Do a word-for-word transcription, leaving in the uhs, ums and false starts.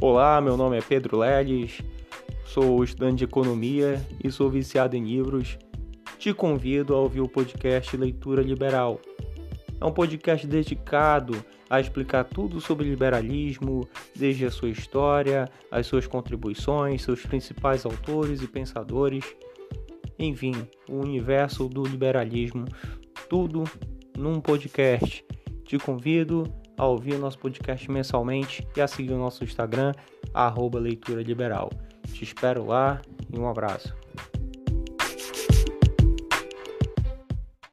Olá, meu nome é Pedro Leles, sou estudante de Economia e sou viciado em livros. Te convido a ouvir o podcast Leitura Liberal. É um podcast dedicado a explicar tudo sobre liberalismo, desde a sua história, as suas contribuições, seus principais autores e pensadores, enfim, o universo do liberalismo, tudo num podcast. Te convido a ouvir o nosso podcast mensalmente e a seguir o nosso Instagram, arroba Leitura Liberal. Te espero lá e um abraço.